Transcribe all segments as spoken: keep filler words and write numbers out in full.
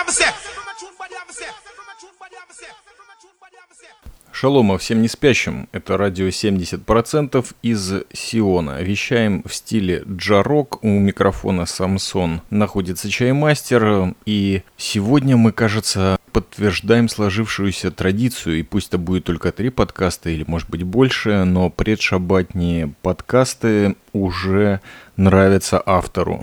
Шалома всем не спящим, это радио семьдесят процентов из Сиона. Вещаем в стиле джарок, у микрофона Самсон находится чаймастер, и сегодня мы, кажется, подтверждаем сложившуюся традицию, и пусть это будет только три подкаста или может быть больше, но предшаббатные подкасты уже нравятся автору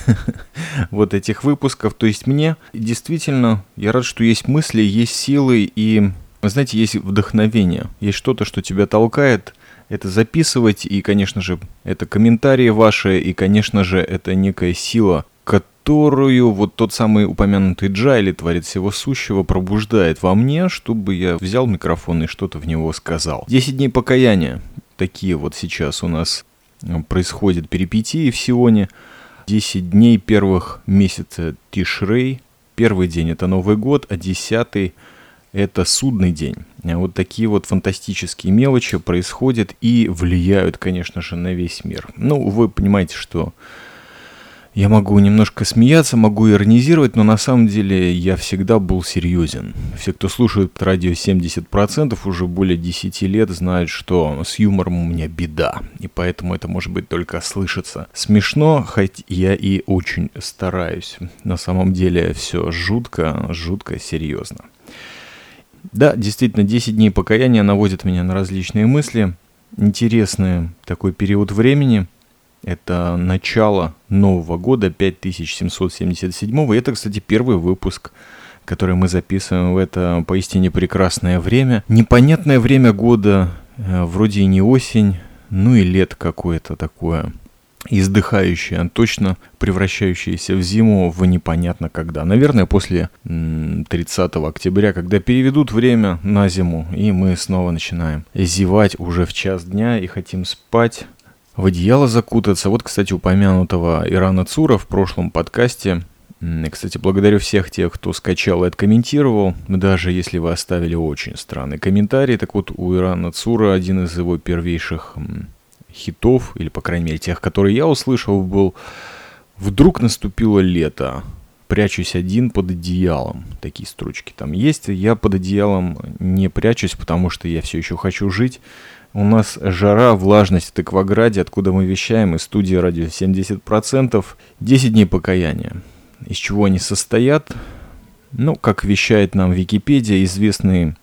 вот этих выпусков, то есть мне. Действительно, я рад, что есть мысли, есть силы и... Вы знаете, есть вдохновение, есть что-то, что тебя толкает это записывать, и, конечно же, это комментарии ваши, и, конечно же, это некая сила, которую вот тот самый упомянутый Джа или Творец Всего Сущего пробуждает во мне, чтобы я взял микрофон и что-то в него сказал. десять дней покаяния, такие вот сейчас у нас происходят перипетии в Сионе. десять дней первых месяца Тишрей, первый день это Новый год, а десятый это судный день. Вот такие вот фантастические мелочи происходят и влияют, конечно же, на весь мир. Ну, вы понимаете, что я могу немножко смеяться, могу иронизировать, но на самом деле я всегда был серьезен. Все, кто слушает радио семьдесят процентов, уже более десять лет знают, что с юмором у меня беда. И поэтому это может быть только слышится смешно, хоть я и очень стараюсь. На самом деле все жутко, жутко серьезно. Да, действительно, десять дней покаяния наводят меня на различные мысли. Интересный такой период времени. Это начало Нового года, пять тысяч семьсот семьдесят седьмого. И это, кстати, первый выпуск, который мы записываем в это поистине прекрасное время. Непонятное время года, вроде и не осень, ну и лето какое-то такое. Издыхающее, а точно превращающееся в зиму в непонятно когда. Наверное, после тридцатого октября, когда переведут время на зиму, и мы снова начинаем зевать уже в час дня и хотим спать, в одеяло закутаться. Вот, кстати, упомянутого Ирана Цура в прошлом подкасте. Кстати, благодарю всех тех, кто скачал и откомментировал, даже если вы оставили очень странный комментарий. Так вот, у Ирана Цура один из его первейших хитов, или, по крайней мере, тех, которые я услышал, был «Вдруг наступило лето, прячусь один под одеялом». Такие строчки там есть. Я под одеялом не прячусь, потому что я все еще хочу жить. У нас жара, влажность в Тыкваграде, откуда мы вещаем, из студии радио семьдесят процентов. десять дней покаяния. Из чего они состоят? Ну, как вещает нам Википедия, известный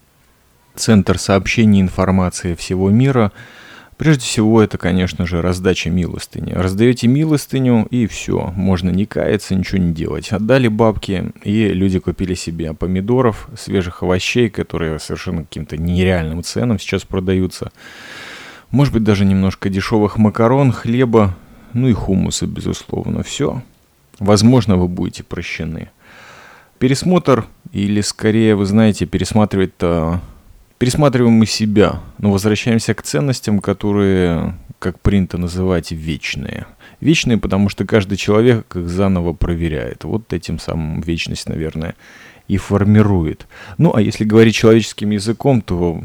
центр сообщений информации всего мира. Прежде всего, это, конечно же, раздача милостыни. Раздаете милостыню, и все, можно не каяться, ничего не делать. Отдали бабки, и люди купили себе помидоров, свежих овощей, которые совершенно каким-то нереальным ценам сейчас продаются. Может быть, даже немножко дешевых макарон, хлеба, ну и хумуса, безусловно. Все. Возможно, вы будете прощены. Пересмотр, или скорее, вы знаете, пересматривать-то... Пересматриваем мы себя, но возвращаемся к ценностям, которые, как принято называть, вечные. Вечные, потому что каждый человек их заново проверяет. Вот этим самым вечность, наверное, и формирует. Ну, а если говорить человеческим языком, то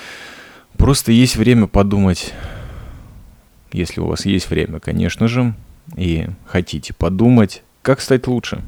просто есть время подумать, если у вас есть время, конечно же, и хотите подумать, как стать лучше.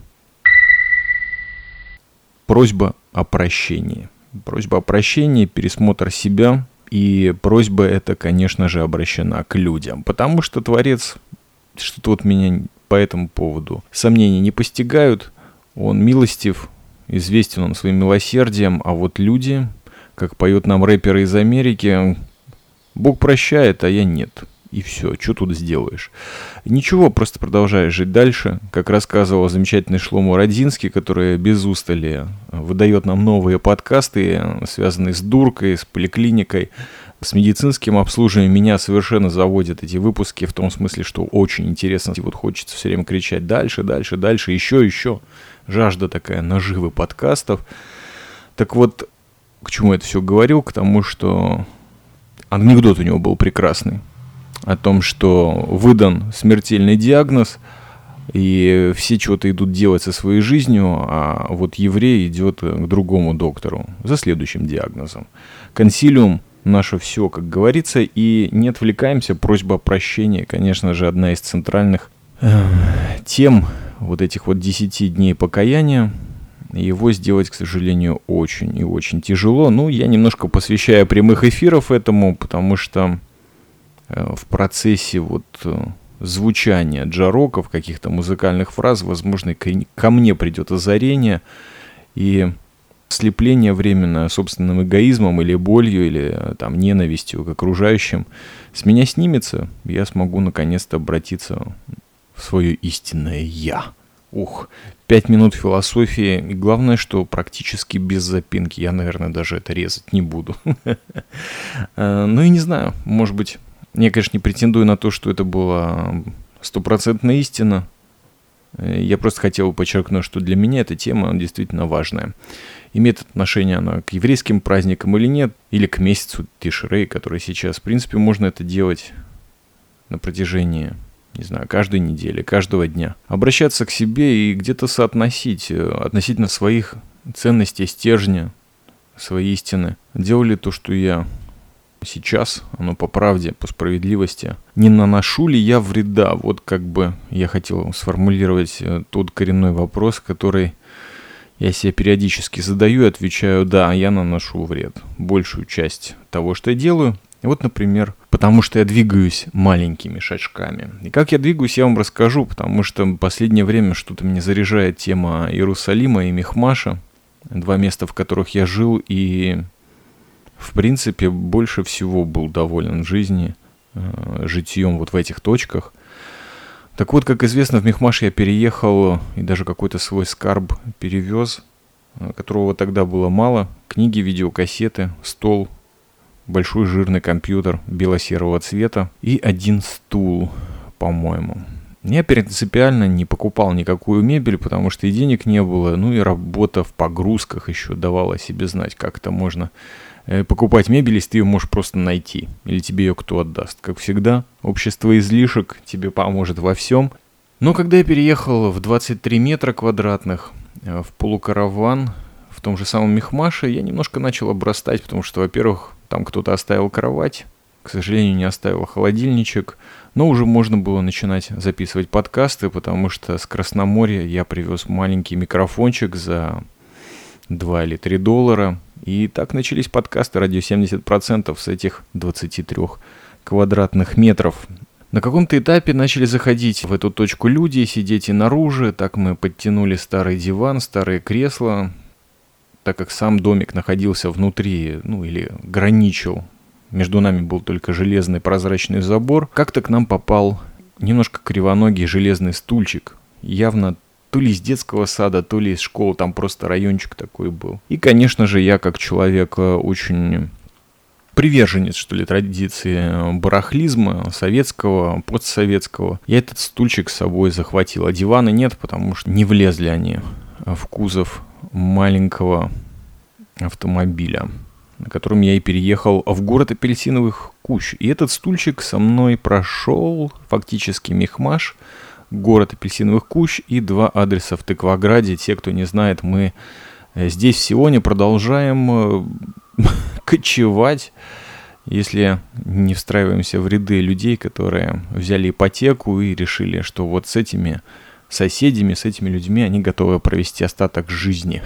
Просьба о прощении. Просьба о прощении, пересмотр себя, и просьба эта, конечно же, обращена к людям, потому что Творец, что-то вот меня по этому поводу сомнений не постигают, он милостив, известен он своим милосердием, а вот люди, как поют нам рэперы из Америки, Бог прощает, а я нет. И все, что тут сделаешь? Ничего, просто продолжаешь жить дальше. Как рассказывал замечательный Шломо Родзинский, который без устали выдает нам новые подкасты, связанные с дуркой, с поликлиникой, с медицинским обслуживанием. Меня совершенно заводят эти выпуски в том смысле, что очень интересно. И вот хочется все время кричать дальше, дальше, дальше, еще, еще. Жажда такая наживы подкастов. Так вот, к чему я это все говорил? К тому, что анекдот у него был прекрасный. О том, что выдан смертельный диагноз, и все чего-то идут делать со своей жизнью, а вот еврей идет к другому доктору за следующим диагнозом. Консилиум наше все, как говорится, и не отвлекаемся. Просьба о прощении, конечно же, одна из центральных э, тем вот этих вот десяти дней покаяния. Его сделать, к сожалению, очень и очень тяжело. Ну, я немножко посвящаю прямых эфиров этому, потому что в процессе вот звучания джароков, каких-то музыкальных фраз, возможно, ко мне придет озарение и ослепление временное собственным эгоизмом или болью, или там ненавистью к окружающим с меня снимется, я смогу наконец-то обратиться в свое истинное «я». Ух, пять минут философии, и главное, что практически без запинки, я, наверное, даже это резать не буду. Ну и не знаю, может быть, я, конечно, не претендую на то, что это была стопроцентная истина. Я просто хотел подчеркнуть, что для меня эта тема действительно важная. Имеет отношение она к еврейским праздникам или нет, или к месяцу Тишрей, который сейчас, в принципе, можно это делать на протяжении, не знаю, каждой недели, каждого дня. Обращаться к себе и где-то соотносить относительно своих ценностей, стержня, своей истины. Делали то, что я сейчас, оно по правде, по справедливости. Не наношу ли я вреда? Вот как бы я хотел сформулировать тот коренной вопрос, который я себе периодически задаю и отвечаю: да, я наношу вред. Большую часть того, что я делаю. Вот, например, потому что я двигаюсь маленькими шажками. И как я двигаюсь, я вам расскажу, потому что в последнее время что-то меня заряжает тема Иерусалима и Михмаша. Два места, в которых я жил и... В принципе, больше всего был доволен в жизни, э, житьем вот в этих точках. Так вот, как известно, в Михмаш я переехал и даже какой-то свой скарб перевез, э, которого тогда было мало. Книги, видеокассеты, стол, большой жирный компьютер бело-серого цвета и один стул, по-моему. Я принципиально не покупал никакую мебель, потому что и денег не было, ну и работа в погрузках еще давала о себе знать, как это можно покупать мебель, если ты ее можешь просто найти, или тебе ее кто отдаст. Как всегда, общество излишек тебе поможет во всем. Но когда я переехал в двадцать три метра квадратных, в полукараван, в том же самом Михмаше, я немножко начал обрастать, потому что, во-первых, там кто-то оставил кровать, к сожалению, не оставил холодильничек, но уже можно было начинать записывать подкасты, потому что с Красноморья я привез маленький микрофончик за два или три доллара. И так начались подкасты «Радио семьдесят процентов» с этих двадцати трёх квадратных метров. На каком-то этапе начали заходить в эту точку люди, сидеть и наружу. Так мы подтянули старый диван, старые кресла, так как сам домик находился внутри, ну или граничил. Между нами был только железный прозрачный забор. Как-то к нам попал немножко кривоногий железный стульчик, явно то ли из детского сада, то ли из школы, там просто райончик такой был. И, конечно же, я как человек очень приверженец, что ли, традиции барахлизма, советского, постсоветского, я этот стульчик с собой захватил. А дивана нет, потому что не влезли они в кузов маленького автомобиля, на котором я и переехал в город апельсиновых кущ. И этот стульчик со мной прошел фактически Михмаш, город апельсиновых кущ и два адреса в Тыкваграде. Те, кто не знает, мы здесь в Сионе продолжаем кочевать, если не встраиваемся в ряды людей, которые взяли ипотеку и решили, что вот с этими соседями, с этими людьми они готовы провести остаток жизни.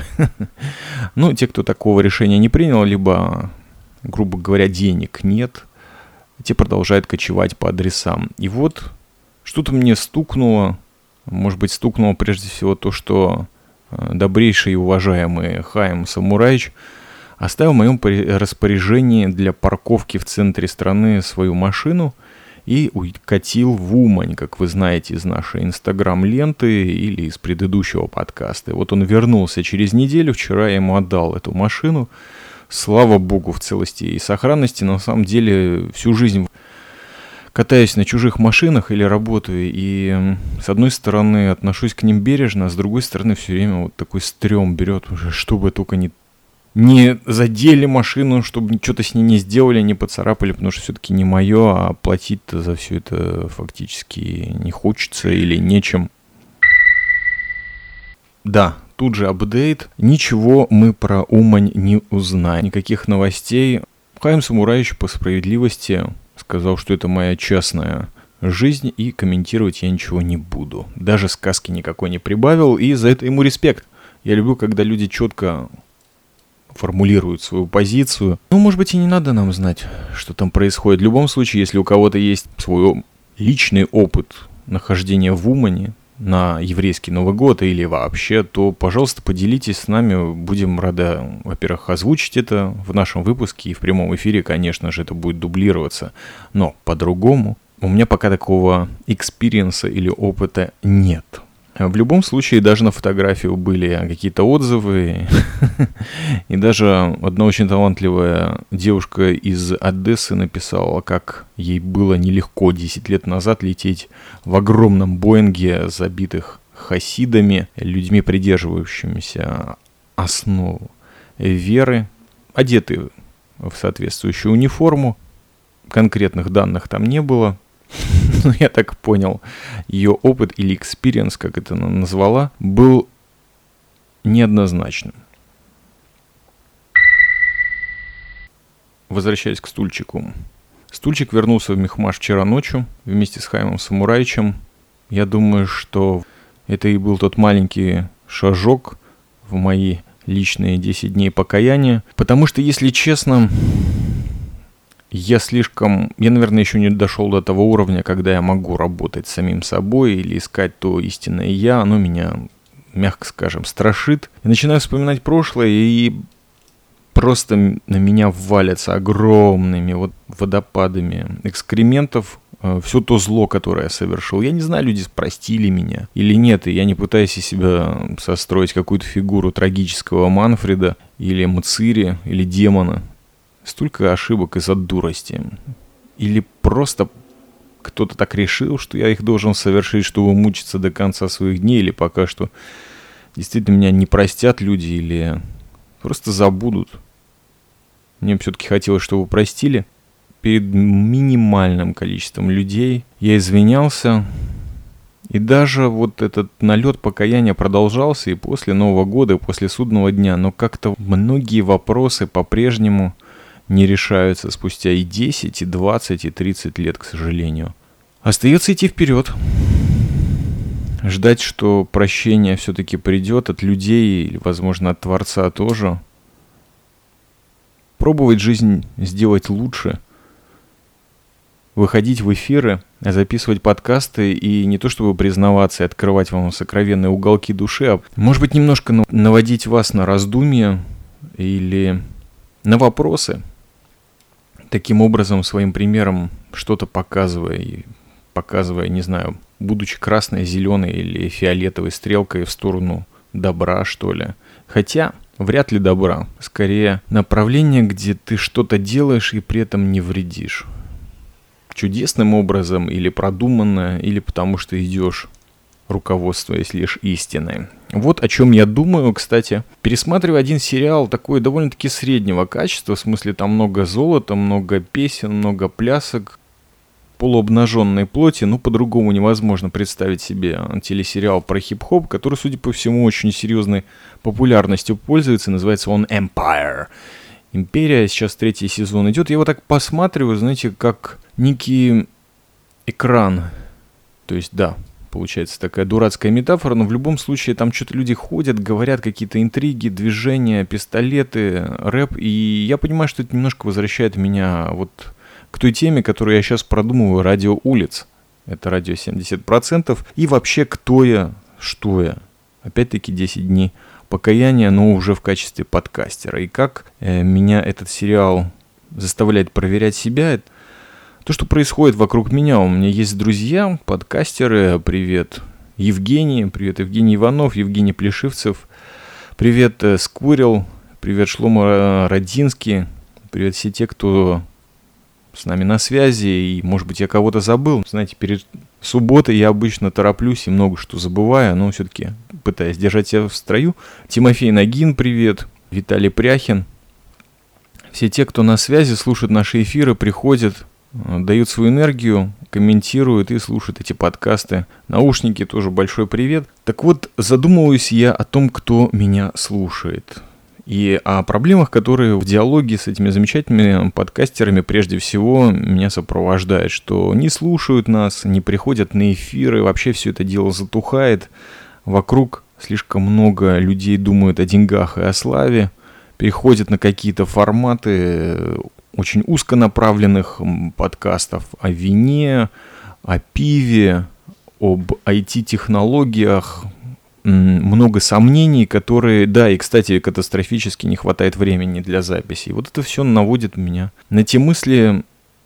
Ну, те, кто такого решения не принял, либо, грубо говоря, денег нет, те продолжают кочевать по адресам. И вот что-то мне стукнуло, может быть, стукнуло прежде всего то, что добрейший и уважаемый Хаим Самураич оставил в моем распоряжении для парковки в центре страны свою машину и укатил в Умань, как вы знаете из нашей инстаграм-ленты или из предыдущего подкаста. Вот он вернулся через неделю, вчера я ему отдал эту машину, слава богу, в целости и сохранности. На самом деле всю жизнь катаюсь на чужих машинах или работаю, и с одной стороны отношусь к ним бережно, а с другой стороны все время вот такой стрём берет, чтобы только не, не задели машину, чтобы что-то с ней не сделали, не поцарапали, потому что все-таки не мое, а платить-то за все это фактически не хочется или нечем. Да, тут же апдейт. Ничего мы про Умань не узнаем, никаких новостей. Хаим Самураич по справедливости сказал, что это моя частная жизнь, и комментировать я ничего не буду. Даже сказки никакой не прибавил, и за это ему респект. Я люблю, когда люди четко формулируют свою позицию. Ну, может быть, и не надо нам знать, что там происходит. В любом случае, если у кого-то есть свой личный опыт нахождения в Умане на еврейский Новый год или вообще, то, пожалуйста, поделитесь с нами. Будем рады, во-первых, озвучить это в нашем выпуске. И в прямом эфире, конечно же, это будет дублироваться. Но по-другому у меня пока такого экспириенса или опыта нет. В любом случае, даже на фотографию были какие-то отзывы. И даже одна очень талантливая девушка из Одессы написала, как ей было нелегко десять лет назад лететь в огромном Боинге, забитых хасидами, людьми, придерживающимися основ веры, одетые в соответствующую униформу. Конкретных данных там не было. Но я так понял, ее опыт или экспириенс, как это она назвала, был неоднозначным. Возвращаясь к стульчику. Стульчик вернулся в Мехмаш вчера ночью вместе с Хаимом Самурайчем. Я думаю, что это и был тот маленький шажок в мои личные десять дней покаяния. Потому что, если честно... Я слишком... Я, наверное, еще не дошел до того уровня, когда я могу работать с самим собой или искать то истинное я. Оно меня, мягко скажем, страшит. Я начинаю вспоминать прошлое, и просто на меня валятся огромными вот водопадами экскрементов все то зло, которое я совершил. Я не знаю, люди простили меня или нет, и я не пытаюсь из себя состроить какую-то фигуру трагического Манфреда или Мцири, или демона. Столько ошибок из-за дурости. Или просто кто-то так решил, что я их должен совершить, чтобы мучиться до конца своих дней, или пока что действительно меня не простят люди, или просто забудут. Мне все-таки хотелось, чтобы простили. Перед минимальным количеством людей я извинялся. И даже вот этот налет покаяния продолжался и после Нового года, и после судного дня. Но как-то многие вопросы по-прежнему... не решаются спустя и десять, и двадцать, и тридцать лет, к сожалению. Остается идти вперед. Ждать, что прощение все-таки придет от людей, или, возможно, от Творца тоже. Пробовать жизнь сделать лучше. Выходить в эфиры, записывать подкасты и не то чтобы признаваться и открывать вам сокровенные уголки души, а может быть немножко наводить вас на раздумья или на вопросы. Таким образом, своим примером что-то показывая, и показывая, не знаю, будучи красной, зеленой или фиолетовой стрелкой в сторону добра, что ли. Хотя, вряд ли добра. Скорее, направление, где ты что-то делаешь и при этом не вредишь. Чудесным образом или продуманно, или потому что идешь, руководствуясь лишь истиной. Вот о чем я думаю, кстати. Пересматривая один сериал такой довольно-таки среднего качества, в смысле там много золота, много песен, много плясок, полуобнаженной плоти, ну по-другому невозможно представить себе телесериал про хип-хоп, который, судя по всему, очень серьезной популярностью пользуется, называется он Empire. Империя, сейчас третий сезон идет, я его так посматриваю, знаете, как некий экран, то есть да, получается такая дурацкая метафора, но в любом случае там что-то люди ходят, говорят какие-то интриги, движения, пистолеты, рэп. И я понимаю, что это немножко возвращает меня вот к той теме, которую я сейчас продумываю, радио улиц. Это радио семьдесят процентов. И вообще, кто я, что я. Опять-таки десять дней покаяния, но уже в качестве подкастера. И как э, меня этот сериал заставляет проверять себя, то, что происходит вокруг меня. У меня есть друзья, подкастеры. Привет, Евгений. Привет, Евгений Иванов, Евгений Плешивцев. Привет, Скурил. Привет, Шлома Родинский. Привет все те, кто с нами на связи. И, может быть, я кого-то забыл. Знаете, перед субботой я обычно тороплюсь и много что забываю, но все-таки пытаюсь держать себя в строю. Тимофей Нагин, привет. Виталий Пряхин. Все те, кто на связи, слушают наши эфиры, приходят, дают свою энергию, комментируют и слушают эти подкасты. Наушники тоже большой привет. Так вот, задумываюсь я о том, кто меня слушает. И о проблемах, которые в диалоге с этими замечательными подкастерами прежде всего меня сопровождают. Что не слушают нас, не приходят на эфиры, вообще все это дело затухает. Вокруг слишком много людей думают о деньгах и о славе, переходят на какие-то форматы очень узконаправленных подкастов о вине, о пиве, об ай ти-технологиях. Много сомнений, которые, да, и, кстати, катастрофически не хватает времени для записи. И вот это все наводит меня на те мысли,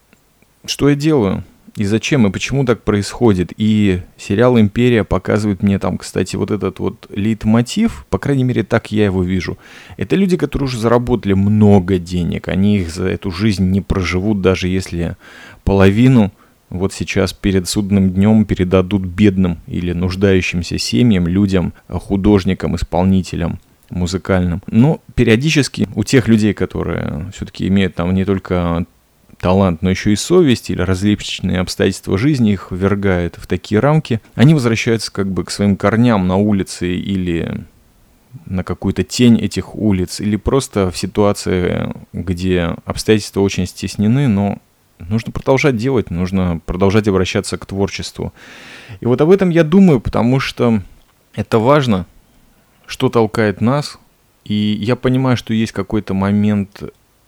что я делаю, и зачем, и почему так происходит. И сериал «Империя» показывает мне там, кстати, вот этот вот лейтмотив, по крайней мере, так я его вижу. Это люди, которые уже заработали много денег, они их за эту жизнь не проживут, даже если половину вот сейчас перед судным днем передадут бедным или нуждающимся семьям, людям, художникам, исполнителям музыкальным. Но периодически у тех людей, которые все-таки имеют там не только талант, но еще и совесть или различные обстоятельства жизни их ввергают в такие рамки, они возвращаются как бы к своим корням на улице или на какую-то тень этих улиц, или просто в ситуации, где обстоятельства очень стеснены, но нужно продолжать делать, нужно продолжать обращаться к творчеству. И вот об этом я думаю, потому что это важно, что толкает нас. И я понимаю, что есть какой-то момент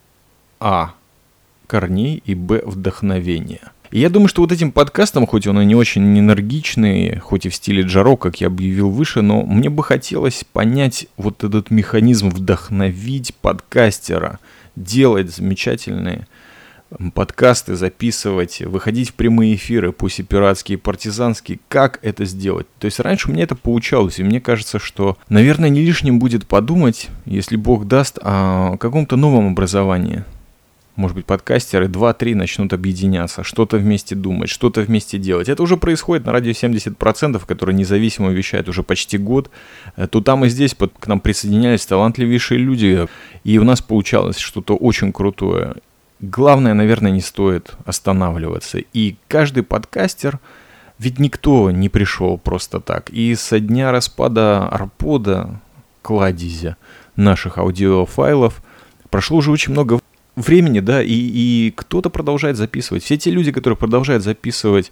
А. корней и Б. вдохновения. И я думаю, что вот этим подкастом, хоть он и не очень энергичный, хоть и в стиле джарок, как я объявил выше, но мне бы хотелось понять вот этот механизм, вдохновить подкастера, делать замечательные подкасты, записывать, выходить в прямые эфиры, пусть и пиратские, и партизанские, как это сделать. То есть раньше у меня это получалось, и мне кажется, что, наверное, не лишним будет подумать, если Бог даст, о каком-то новом образовании. Может быть, подкастеры два-три начнут объединяться, что-то вместе думать, что-то вместе делать. Это уже происходит на радио семьдесят процентов, которое независимо вещает уже почти год. То там и здесь под, к нам присоединялись талантливейшие люди, и у нас получалось что-то очень крутое. Главное, наверное, не стоит останавливаться. И каждый подкастер, ведь никто не пришел просто так. И со дня распада Арпода, кладезя наших аудиофайлов, прошло уже очень много времени, да, и, и кто-то продолжает записывать. Все те люди, которые продолжают записывать,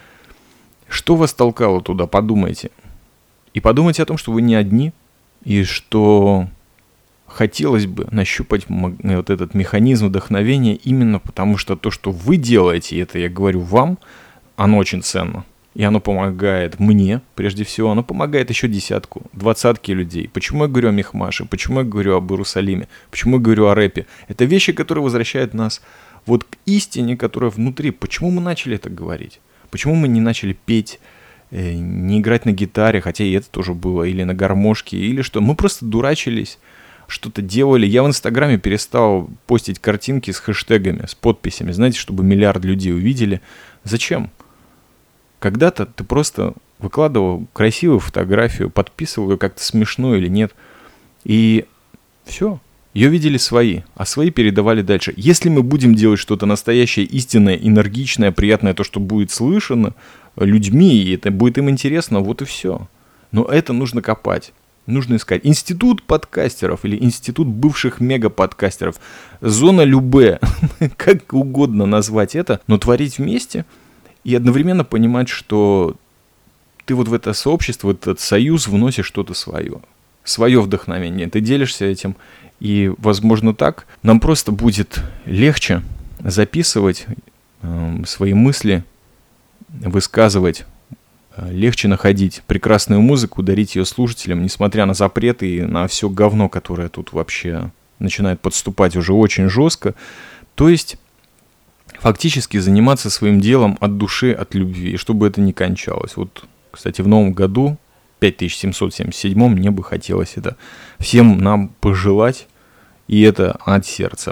что вас толкало туда, подумайте. И подумайте о том, что вы не одни, и что хотелось бы нащупать вот этот механизм вдохновения именно потому, что то, что вы делаете, и это я говорю вам, оно очень ценно. И оно помогает мне, прежде всего, оно помогает еще десятку, двадцатке людей. Почему я говорю о Мехмаше, почему я говорю об Иерусалиме, почему я говорю о рэпе? Это вещи, которые возвращают нас вот к истине, которая внутри. Почему мы начали это говорить? Почему мы не начали петь, э, не играть на гитаре, хотя и это тоже было, или на гармошке, или что? Мы просто дурачились, что-то делали. Я в Инстаграме перестал постить картинки с хэштегами, с подписями, знаете, чтобы миллиард людей увидели. Зачем? Когда-то ты просто выкладывал красивую фотографию, подписывал ее как-то смешно или нет, и все, ее видели свои, а свои передавали дальше. Если мы будем делать что-то настоящее, истинное, энергичное, приятное, то, что будет слышано людьми, и это будет им интересно, вот и все. Но это нужно копать. Нужно искать. Институт подкастеров или институт бывших мега-подкастеров. Зона Любе. Как угодно назвать это. Но творить вместе и одновременно понимать, что ты вот в это сообщество, в этот союз вносишь что-то свое. Свое вдохновение. Ты делишься этим. И, возможно, так нам просто будет легче записывать э, свои мысли, высказывать. Легче находить прекрасную музыку, дарить ее слушателям, несмотря на запреты и на все говно, которое тут вообще начинает подступать уже очень жестко. То есть, фактически заниматься своим делом от души, от любви, чтобы это не кончалось. Вот, кстати, в новом году, пять тысяч семьсот семьдесят седьмом, мне бы хотелось это всем нам пожелать, и это от сердца.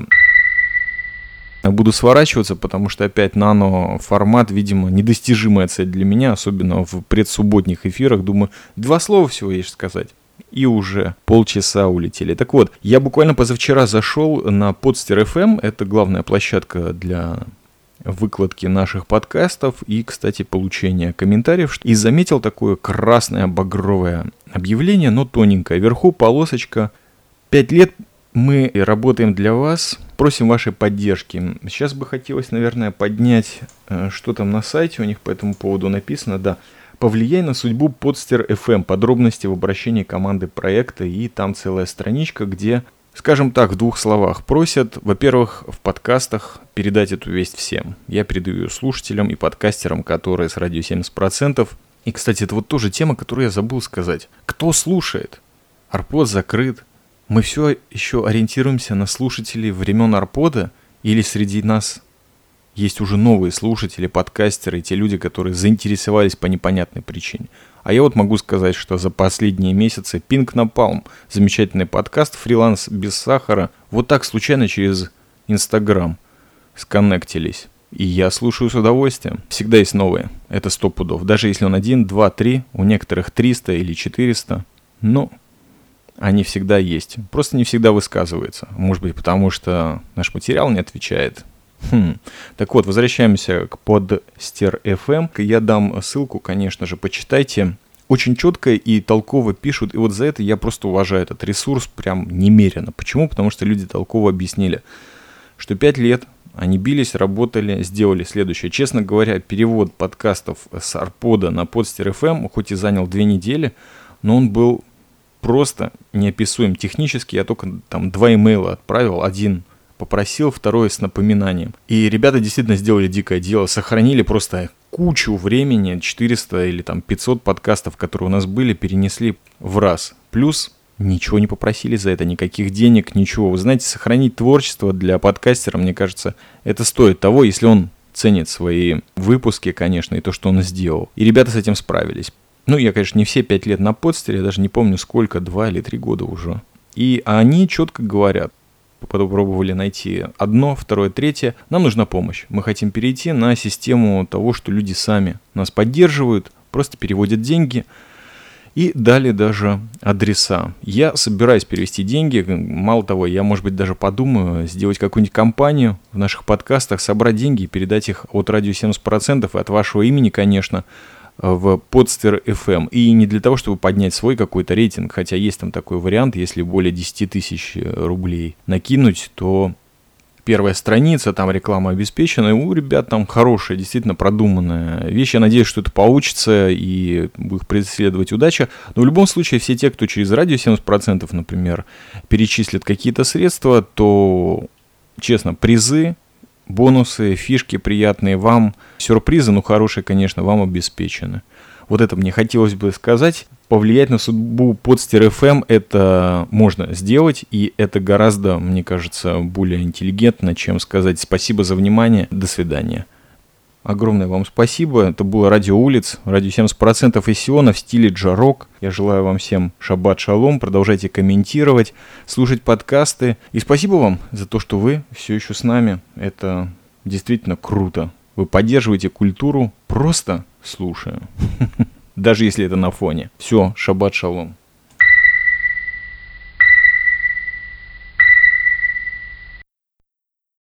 Буду сворачиваться, потому что опять нано-формат, видимо, недостижимая цель для меня, особенно в предсубботних эфирах. Думаю, два слова всего есть сказать, и уже полчаса улетели. Так вот, я буквально позавчера зашел на Podster эф эм, это главная площадка для выкладки наших подкастов и, кстати, получения комментариев, и заметил такое красное багровое объявление, но тоненькое. Вверху полосочка «пять лет мы работаем для вас, просим вашей поддержки». Сейчас бы хотелось, наверное, поднять, что там на сайте у них по этому поводу написано. Да, «Повлияй на судьбу Podster эф эм». Подробности в обращении команды проекта, и там целая страничка, где, скажем так, в двух словах просят, во-первых, в подкастах передать эту весть всем. Я передаю ее слушателям и подкастерам, которые с радио семьдесят процентов. И, кстати, это вот тоже тема, которую я забыл сказать. Кто слушает? Арпод закрыт. Мы все еще ориентируемся на слушателей времен Арпода, или среди нас есть уже новые слушатели, подкастеры, те люди, которые заинтересовались по непонятной причине. А я вот могу сказать, что за последние месяцы Pink Napalm, замечательный подкаст, фриланс без сахара, вот так случайно через Инстаграм сконнектились. И я слушаю с удовольствием. Всегда есть новые, это сто пудов. Даже если он один, два, три, у некоторых триста или четыреста, но они всегда есть. Просто не всегда высказываются. Может быть, потому что наш материал не отвечает. Хм. Так вот, возвращаемся к Podster эф эм. Я дам ссылку, конечно же, почитайте. Очень четко и толково пишут. И вот за это я просто уважаю этот ресурс прям немерено. Почему? Потому что люди толково объяснили, что пять лет они бились, работали, сделали следующее. Честно говоря, перевод подкастов с Арпода на Podster эф эм, хоть и занял две недели, но он был просто неописуем технически. Я только там два имейла отправил, один попросил, второй с напоминанием. И ребята действительно сделали дикое дело, сохранили просто кучу времени, четыреста или там пятьсот подкастов, которые у нас были, перенесли в раз. Плюс ничего не попросили за это, никаких денег, ничего. Вы знаете, сохранить творчество для подкастера, мне кажется, это стоит того, если он ценит свои выпуски, конечно, и то, что он сделал. И ребята с этим справились. Ну, я, конечно, не все пять лет на подстере, я даже не помню сколько, два или три года уже. И они четко говорят, попробовали найти одно, второе, третье. Нам нужна помощь. Мы хотим перейти на систему того, что люди сами нас поддерживают, просто переводят деньги и дали даже адреса. Я собираюсь перевести деньги. Мало того, я, может быть, даже подумаю сделать какую-нибудь кампанию в наших подкастах, собрать деньги и передать их от радио семьдесят процентов и от вашего имени, конечно, в Podster эф эм. И не для того, чтобы поднять свой какой-то рейтинг, хотя есть там такой вариант, если более десять тысяч рублей накинуть, то первая страница, там реклама обеспечена, и у ребят там хорошая, действительно продуманная вещь. Я надеюсь, что это получится и будет преследовать удача. Но в любом случае, все те, кто через радио семьдесят процентов, например, перечислят какие-то средства, то, честно, призы, бонусы, фишки приятные вам, сюрпризы, ну хорошие, конечно, вам обеспечены. Вот это мне хотелось бы сказать. Повлиять на судьбу Podster эф эм это можно сделать, и это гораздо, мне кажется, более интеллигентно, чем сказать спасибо за внимание, до свидания. Огромное вам спасибо. Это было Радио Улиц, радио семьдесят процентов из Сиона в стиле джарок. Я желаю вам всем шаббат шалом. Продолжайте комментировать, слушать подкасты. И спасибо вам за то, что вы все еще с нами. Это действительно круто. Вы поддерживаете культуру, просто слушая. Даже если это на фоне. Все, шаббат шалом.